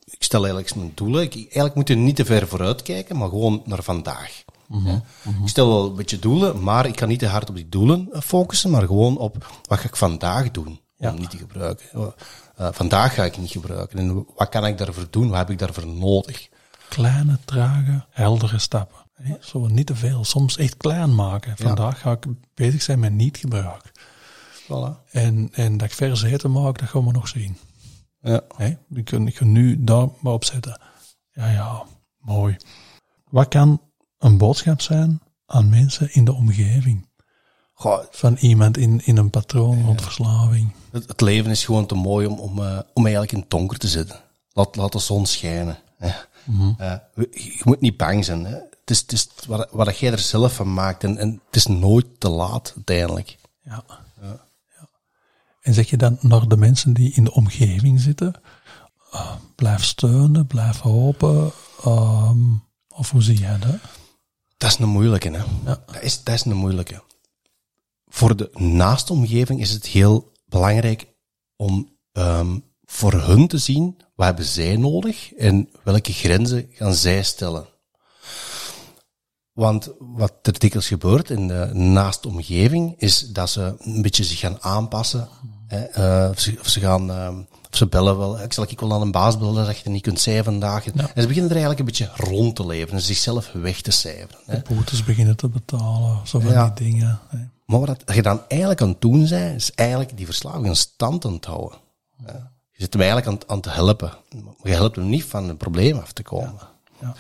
ik stel eigenlijk mijn doelen. Ik, eigenlijk moet je niet te ver vooruit kijken, maar gewoon naar vandaag. Mm-hmm. Ja. Mm-hmm. Ik stel wel een beetje doelen, maar ik kan niet te hard op die doelen focussen, maar gewoon op wat ga ik vandaag doen Ja. om niet te gebruiken. Uh, vandaag ga ik niet gebruiken. En wat kan ik daarvoor doen? Wat heb ik daarvoor nodig? Kleine, trage, heldere stappen. Hè? Zo niet te veel. Soms echt klein maken. Vandaag ga ik bezig zijn met niet gebruik. Voilà. En, en dat ik vers eten maak, dat gaan we nog zien. Ja. Hè? Ik kan, ik kan nu daar maar op zetten. Ja, ja, mooi. Wat kan een boodschap zijn aan mensen in de omgeving? Goh, Van iemand in, in een patroon rond verslaving. het, het leven is gewoon te mooi om, om, uh, om eigenlijk in het donker te zitten. Laat, laat de zon schijnen. Hè. Mm-hmm. Uh, je moet niet bang zijn. Hè. Het is, het is wat, wat jij er zelf van maakt. En, en het is nooit te laat, uiteindelijk. Ja. Ja. Ja. En zeg je dan naar de mensen die in de omgeving zitten, uh, blijf steunen, blijf hopen, um, of hoe zie jij dat? Dat is een moeilijke, hè. Ja. Dat is, dat is een moeilijke. Voor de naaste omgeving is het heel belangrijk om um, voor hun te zien, wat hebben zij nodig en welke grenzen gaan zij stellen. Want wat er dikwijls gebeurt in de naaste omgeving, is dat ze een beetje zich gaan aanpassen. Hè, uh, of, ze, of ze gaan, uh, of ze bellen wel, ik zal ik wel aan een baas bellen dat je er niet kunt zijn vandaag. Ja. En ze beginnen er eigenlijk een beetje rond te leven en zichzelf weg te cijferen. Hè. De boetes beginnen te betalen, zo van Ja. die dingen. Hè. Maar wat je dan eigenlijk aan het doen bent, is eigenlijk die verslaving in stand aan het houden. Ja. Je zit hem eigenlijk aan, aan te helpen. Maar je helpt hem niet van het probleem af te komen. Ja.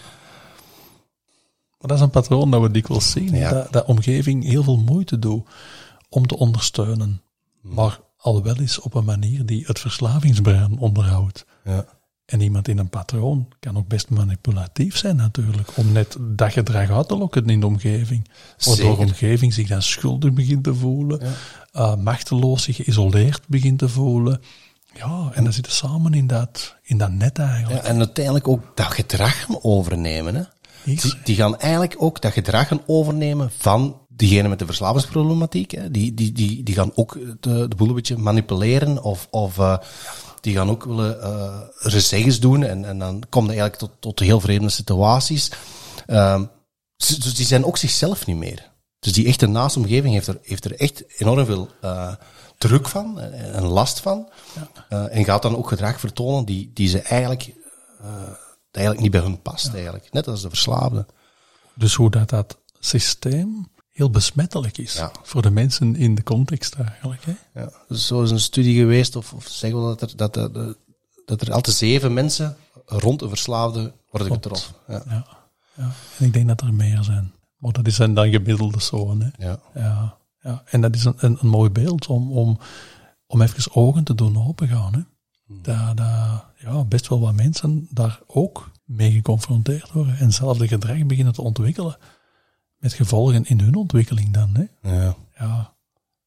Maar dat is een patroon dat we dikwijls zien. Ja. Dat, dat omgeving heel veel moeite doet om te ondersteunen. Hmm. Maar al wel eens op een manier die het verslavingsbrein onderhoudt. Ja. En iemand in een patroon kan ook best manipulatief zijn natuurlijk. Om net dat gedrag uit te lokken in de omgeving. Waardoor de Zeker. omgeving zich dan schuldig begint te voelen. Ja. Uh, machteloos, zich geïsoleerd begint te voelen. Ja, en dan zitten samen in dat, in dat net eigenlijk. Ja, en uiteindelijk ook dat gedrag gaan overnemen. Hè. Die, die gaan eigenlijk ook dat gedrag gaan overnemen van diegene met de verslavingsproblematiek. Hè. Die, die, die, die gaan ook de, de boel een beetje manipuleren of, of uh, die gaan ook willen uh, rezeggens doen en, en dan komt het eigenlijk tot, tot heel vreemde situaties. Um, dus die zijn ook zichzelf niet meer. Dus die echte naaste omgeving heeft er, heeft er echt enorm veel uh, druk van en last van. Ja. Uh, en gaat dan ook gedrag vertonen die, die ze eigenlijk, uh, eigenlijk niet bij hun past. Ja. Eigenlijk. Net als de verslaafde. Dus hoe dat, dat systeem heel besmettelijk is ja. voor de mensen in de context eigenlijk. Hè? Ja. Dus zo is een studie geweest, of, of zeggen we dat er, dat, dat, dat er altijd zeven mensen rond een verslaafde worden getroffen. Ja. Ja. Ja. En ik denk dat er meer zijn. Maar dat zijn dan gemiddelde zonen. Ja. Ja. Ja. En dat is een, een, een mooi beeld om, om, om even ogen te doen opengaan. Hè. Hmm. Dat, dat ja, best wel wat mensen daar ook mee geconfronteerd worden. En zelf de gedrag beginnen te ontwikkelen. Met gevolgen in hun ontwikkeling dan. Hè. Ja. Ja.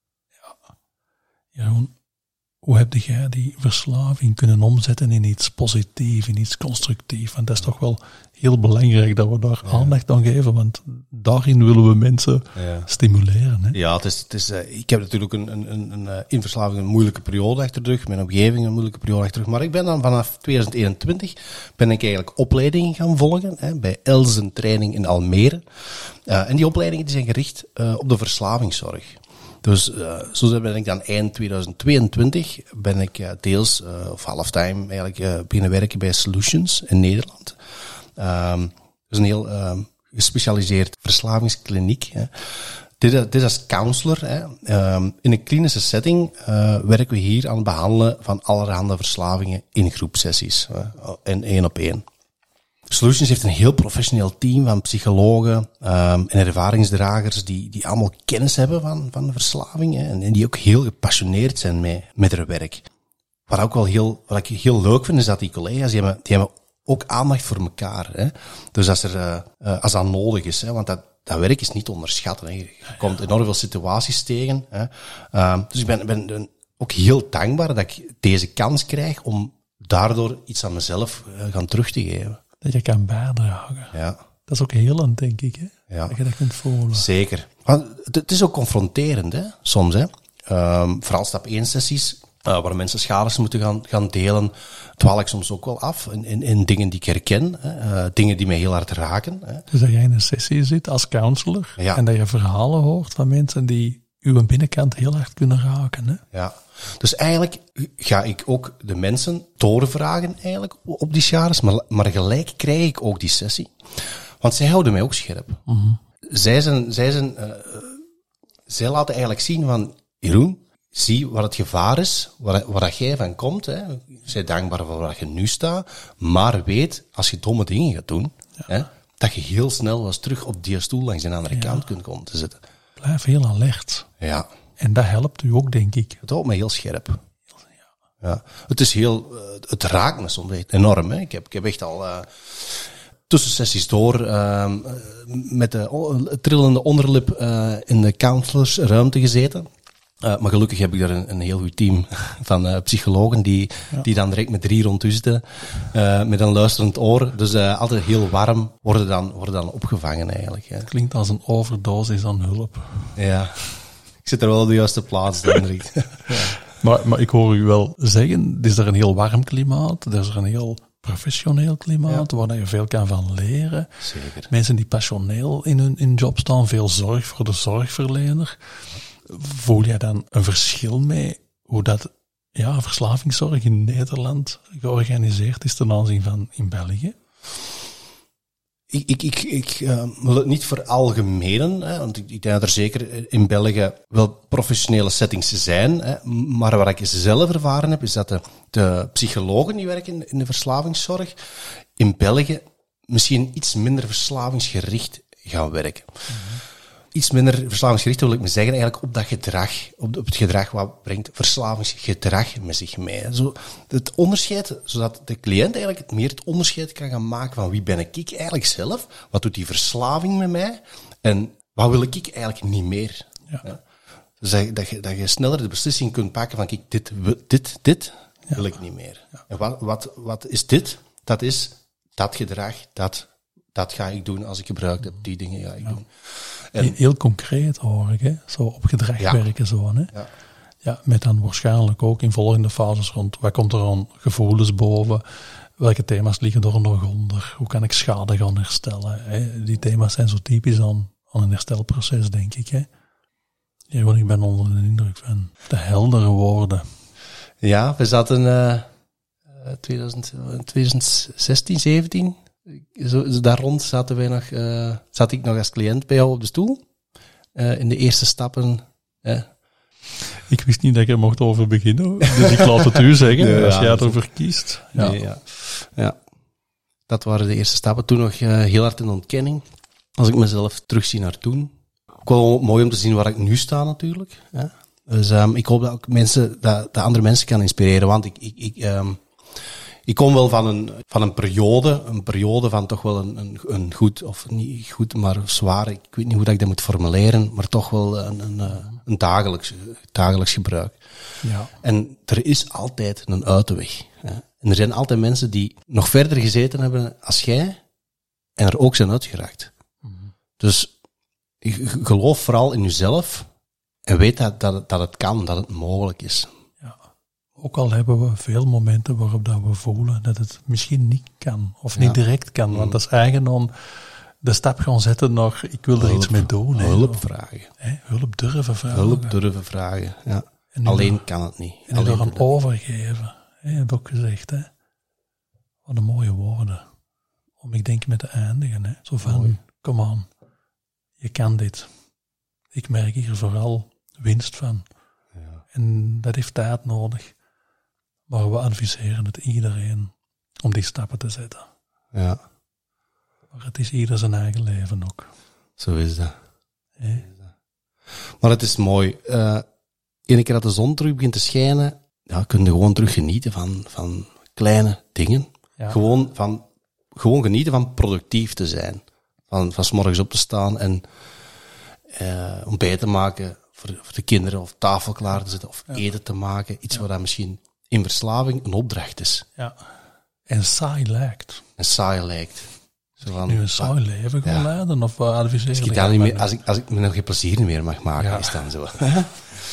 Ja. Jeroen, hoe heb jij die verslaving kunnen omzetten in iets positiefs, in iets constructiefs? Want dat is toch wel heel belangrijk dat we daar ja. aandacht aan geven, want daarin willen we mensen ja. stimuleren. Hè? Ja, het is, het is, uh, ik heb natuurlijk een, een, een, een, in verslaving een moeilijke periode achter de rug, mijn omgeving een moeilijke periode achter de rug, maar ik ben dan vanaf twintig eenentwintig ben ik eigenlijk opleidingen gaan volgen, hè, bij Elsen Training in Almere. Uh, en die opleidingen die zijn gericht uh, op de verslavingszorg. Dus uh, zo ben ik dan eind twintig tweeëntwintig ben ik uh, deels, uh, of halftime eigenlijk, uh, beginnen werken bij Solutions in Nederland. Um, dat is een heel uh, gespecialiseerd verslavingskliniek. Hè. Dit, dit als counselor. Hè. Um, in een klinische setting uh, werken we hier aan het behandelen van allerhande verslavingen in groepsessies. Uh, en één op één. Solutions heeft een heel professioneel team van psychologen um, en ervaringsdragers die, die allemaal kennis hebben van, van verslaving hè, en, en die ook heel gepassioneerd zijn met, met hun werk. Wat, ook wel heel, wat ik heel leuk vind is dat die collega's, die hebben, die hebben ook aandacht voor elkaar. Hè. Dus als, er, uh, uh, als dat nodig is, hè, want dat, dat werk is niet te onderschatten. Hè. Je komt enorm veel situaties tegen. Hè. Um, dus ik ben, ben, ben ook heel dankbaar dat ik deze kans krijg om daardoor iets aan mezelf uh, gaan terug te geven. Dat je kan bijdragen. Ja. Dat is ook helend, denk ik. Hè? Ja. Dat je dat kunt voelen. Zeker. Want het is ook confronterend, hè, soms. Hè. Um, vooral stap één sessies, Uh, waar mensen schades moeten gaan, gaan delen, dwaal ik soms ook wel af in, in, in dingen die ik herken, hè, uh, dingen die mij heel hard raken. Hè. Dus dat jij in een sessie zit als counselor ja. en dat je verhalen hoort van mensen die uw binnenkant heel hard kunnen raken. Hè? Ja, dus eigenlijk ga ik ook de mensen doorvragen eigenlijk op die schades, maar, maar gelijk krijg ik ook die sessie. Want zij houden mij ook scherp. Mm-hmm. Zij, zijn, zij, zijn, uh, zij laten eigenlijk zien van, Jeroen, zie wat het gevaar is, waar, waar dat jij van komt. Hè. Zij dankbaar voor waar je nu staat. Maar weet, als je domme dingen gaat doen, ja. hè, dat je heel snel wel eens terug op die stoel langs de andere ja. kant kunt komen te zitten. Blijf heel alert. Ja. En dat helpt u ook, denk ik. Het houdt me heel scherp. Ja. Ja. Het is heel, uh, het raakt me soms echt enorm. Hè. Ik, heb, ik heb echt al uh, tussensessies door uh, met de uh, trillende onderlip uh, in de counselorsruimte gezeten. Uh, maar gelukkig heb ik daar een, een heel goed team van uh, psychologen die, ja. die dan direct met drie rond u zitten, uh, met een luisterend oor. Dus uh, altijd heel warm worden dan, worden dan opgevangen eigenlijk. Ja. Klinkt als een overdosis aan hulp. Ja, ik zit er wel op de juiste plaats, Hendrik. ja. maar, maar ik hoor u wel zeggen, het is er een heel warm klimaat, er is er een heel professioneel klimaat, ja. waar je veel kan van leren. Zeker. Mensen die passioneel in hun in job staan, veel zorg voor de zorgverlener. Voel jij dan een verschil mee hoe dat ja, verslavingszorg in Nederland georganiseerd is ten aanzien van in België? Ik, ik, ik, ik uh, wil het niet veralgemenen, hè, want ik, ik denk dat er zeker in België wel professionele settings zijn. Hè, maar wat ik zelf ervaren heb, is dat de, de psychologen die werken in de verslavingszorg in België misschien iets minder verslavingsgericht gaan werken. Mm-hmm. Iets minder verslavingsgericht wil ik me zeggen, eigenlijk op dat gedrag, op, op het gedrag wat brengt verslavingsgedrag met zich mee. Zo, het onderscheid, zodat de cliënt eigenlijk het meer het onderscheid kan gaan maken van wie ben ik eigenlijk zelf, wat doet die verslaving met mij en wat wil ik eigenlijk niet meer. Ja. Ja. Dus dat, dat, je, dat je sneller de beslissing kunt pakken van kijk, dit, dit, dit ja. wil ik niet meer. Ja. En wat, wat, wat is dit? Dat is dat gedrag, dat, dat ga ik doen als ik gebruikt heb, die dingen ga ik ja. doen. En, heel concreet hoor ik, hè? Zo op gedrag ja. werken zo, hè? Ja. Ja, met dan waarschijnlijk ook in volgende fases rond, wat komt er aan gevoelens boven, welke thema's liggen er nog onder, hoe kan ik schade gaan herstellen, hè? Die thema's zijn zo typisch aan, aan een herstelproces, denk ik, hè? Ja, want ik ben onder de indruk van de heldere woorden. Ja, we zaten uh, twintig, twintig zestien, zeventien... Zo, zo daar rond zaten wij nog, uh, zat ik nog als cliënt bij jou op de stoel. Uh, in de eerste stappen. Uh. Ik wist niet dat ik er mocht over beginnen, dus ik laat het u zeggen, ja, als jij het erover kiest. Ja. Nee, ja. ja, dat waren de eerste stappen. Toen nog uh, heel hard in ontkenning. Als ik mezelf terugzie naar toen. Ook wel mooi om te zien waar ik nu sta natuurlijk. Ja. Dus um, ik hoop dat ook mensen, dat, dat andere mensen kan inspireren, want ik... ik, ik um, Ik kom wel van een, van een periode, een periode van toch wel een, een, een goed, of niet goed, maar zwaar, ik weet niet hoe dat ik dat moet formuleren, maar toch wel een, een, een dagelijks, dagelijks gebruik. Ja. En er is altijd een uitweg. Hè. En er zijn altijd mensen die nog verder gezeten hebben als jij, en er ook zijn uitgeraakt. Mm-hmm. Dus geloof vooral in jezelf, en weet dat, dat, dat het kan, dat het mogelijk is. Ook al hebben we veel momenten waarop dat we voelen dat het misschien niet kan, of niet ja. direct kan, want dat is eigen om de stap gaan zetten naar, ik wil er hulp, iets mee doen. Hulp he. vragen. He, hulp durven vragen. Hulp durven vragen, ja. Alleen door, kan het niet. En door gaan overgeven, he, heb ik ook gezegd. He. Wat een mooie woorden. Om, ik denk, met te eindigen. He. Zo van, kom aan, je kan dit. Ik merk hier vooral winst van. Ja. En dat heeft tijd nodig. Maar we adviseren het iedereen om die stappen te zetten. Ja. Maar het is ieder zijn eigen leven ook. Zo is dat. Hey. Maar het is mooi. Uh, Eén keer dat de zon terug begint te schijnen, ja, kun je gewoon terug genieten van, van kleine dingen. Ja. Gewoon, van, gewoon genieten van productief te zijn. Van, van 's morgens op te staan en uh, ontbijt te maken voor, voor de kinderen, of tafel klaar te zetten, of ja. eten te maken. Iets ja. wat dan misschien in verslaving een opdracht is. Ja. En saai lijkt. En saai lijkt. Zo van, nu een saai leven gaan ja. leiden, of uh, adviseren? Als ik, niet meer, als, ik, als ik me nog geen plezier meer mag maken, ja. is dan zo.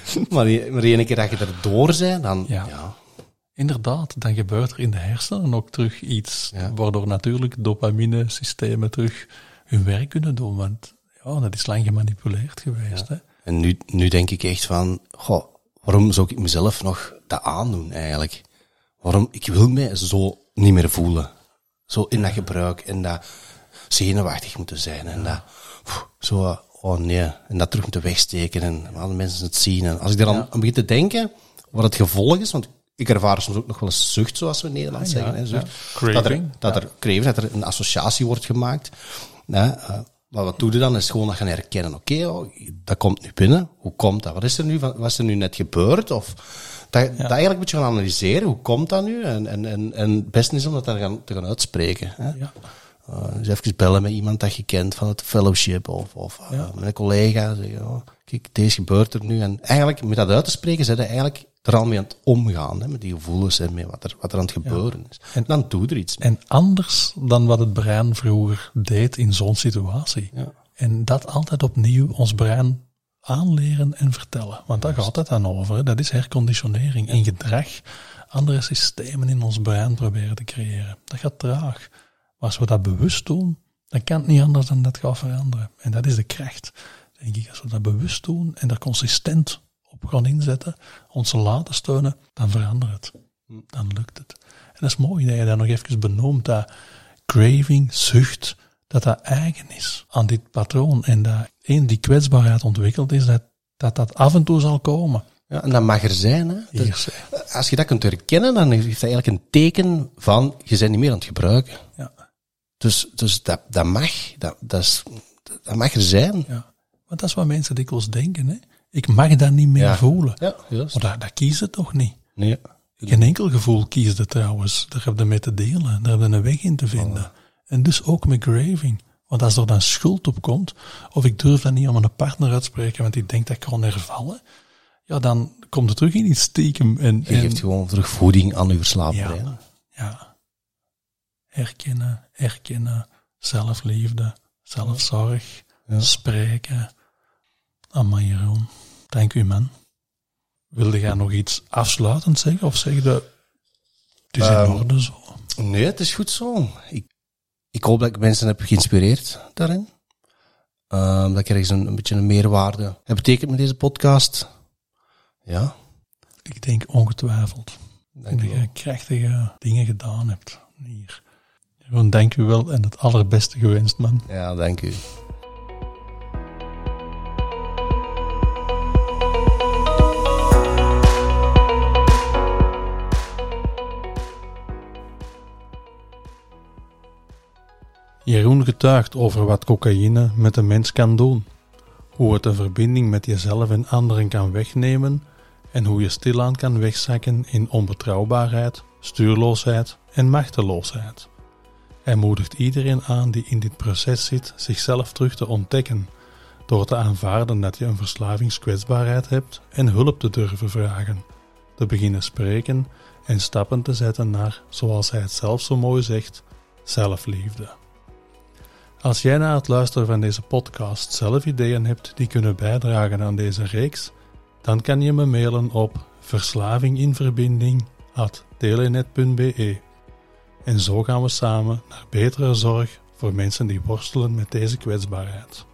maar, maar ene keer dat je erdoor bent, dan... Ja. ja. Inderdaad, dan gebeurt er in de hersenen ook terug iets, Ja. waardoor natuurlijk dopamine-systemen terug hun werk kunnen doen, want ja, dat is lang gemanipuleerd geweest. Ja. Hè? En nu, nu denk ik echt van, goh, waarom zou ik mezelf nog dat aandoen eigenlijk? Waarom, ik wil mij zo niet meer voelen. Zo in dat gebruik en dat zenuwachtig moeten zijn en dat, pff, zo, oh nee, en dat terug moeten wegsteken en alle mensen het zien. En als ik er dan Ja. aan begin te denken, wat het gevolg is, want ik ervaar soms ook nog wel eens zucht, zoals we in Nederland Ah, zeggen. ja, hè, zucht. ja. Dat er, Craving, dat ja. er craving, dat er een associatie wordt gemaakt. Hè, uh, maar wat doe je dan? Is gewoon dat gaan herkennen. Oké, okay, oh, dat komt nu binnen. Hoe komt dat? Wat is er nu, van, wat is er nu net gebeurd? Of dat, dat eigenlijk een beetje gaan analyseren. Hoe komt dat nu? En, en, en, en het beste is om dat dan gaan, te gaan uitspreken. Hè? Ja. Uh, dus even bellen met iemand dat je kent van het fellowship of, of uh, Ja. met een collega. Zeggen, oh, kijk, deze gebeurt er nu. En eigenlijk, met dat uit te spreken, zijn je eigenlijk er al mee aan het omgaan. Hè, met die gevoelens en met wat er, wat er aan het gebeuren is. En dan doe er iets mee. En anders dan wat het brein vroeger deed in zo'n situatie. Ja. En dat altijd opnieuw ons brein aanleren en vertellen. Want daar gaat het dan over. Hè. Dat is herconditionering. En gedrag, andere systemen in ons brein proberen te creëren. Dat gaat traag. Maar als we dat bewust doen, dan kan het niet anders dan dat gaat veranderen. En dat is de kracht, denk ik. Als we dat bewust doen en er consistent op gaan inzetten, ons laten steunen, dan verandert het. Dan lukt het. En dat is mooi dat je dat nog even benoemt, dat craving, zucht, dat dat eigen is aan dit patroon. En dat één, die kwetsbaarheid ontwikkeld is, dat dat, dat af en toe zal komen. Ja, en dat mag er zijn. Hè. Hier Dat, zijn. als je dat kunt herkennen, dan is dat eigenlijk een teken van, je bent niet meer aan het gebruiken. Ja, Dus, dus dat, dat mag. Dat, dat, is, dat mag er zijn. ja. Want dat is wat mensen dikwijls denken. Hè. Ik mag dat niet meer Ja. voelen. Ja, juist. Maar dat, dat kiezen toch niet. Nee. Geen enkel gevoel kiesde trouwens. Daar heb je mee te delen. Daar heb je een weg in te vinden. En dus ook met craving. Want als er dan schuld op komt, of ik durf dat niet aan mijn partner uit te spreken, want ik denk dat ik kan hervallen, ja, dan komt het terug in iets stiekem. En, Je en, geeft gewoon terug voeding aan je verslaafd ja, brein. ja. Herkennen, herkennen, zelfliefde, zelfzorg, Ja. spreken. Amai, Jeroen. Dank u, man. Wilde jij nog iets afsluitend zeggen? Of zeg je, het is in Ehm, orde zo? Nee, het is goed zo. Ik, ik hoop dat ik mensen heb geïnspireerd daarin. Um, dat ik ergens een, een beetje een meerwaarde heb betekend met deze podcast. Ja, Ik denk ongetwijfeld. dank dat je wel. je krachtige dingen gedaan hebt hier. Gewoon dank u wel en het allerbeste gewenst, man. Ja, dank u. Jeroen getuigt over wat cocaïne met een mens kan doen, hoe het een verbinding met jezelf en anderen kan wegnemen en hoe je stilaan kan wegzakken in onbetrouwbaarheid, stuurloosheid en machteloosheid. Hij moedigt iedereen aan die in dit proces zit zichzelf terug te ontdekken, door te aanvaarden dat je een verslavingskwetsbaarheid hebt en hulp te durven vragen, te beginnen spreken en stappen te zetten naar, zoals hij het zelf zo mooi zegt, zelfliefde. Als jij na het luisteren van deze podcast zelf ideeën hebt die kunnen bijdragen aan deze reeks, dan kan je me mailen op verslavinginverbinding at telenet punt be. En zo gaan we samen naar betere zorg voor mensen die worstelen met deze kwetsbaarheid.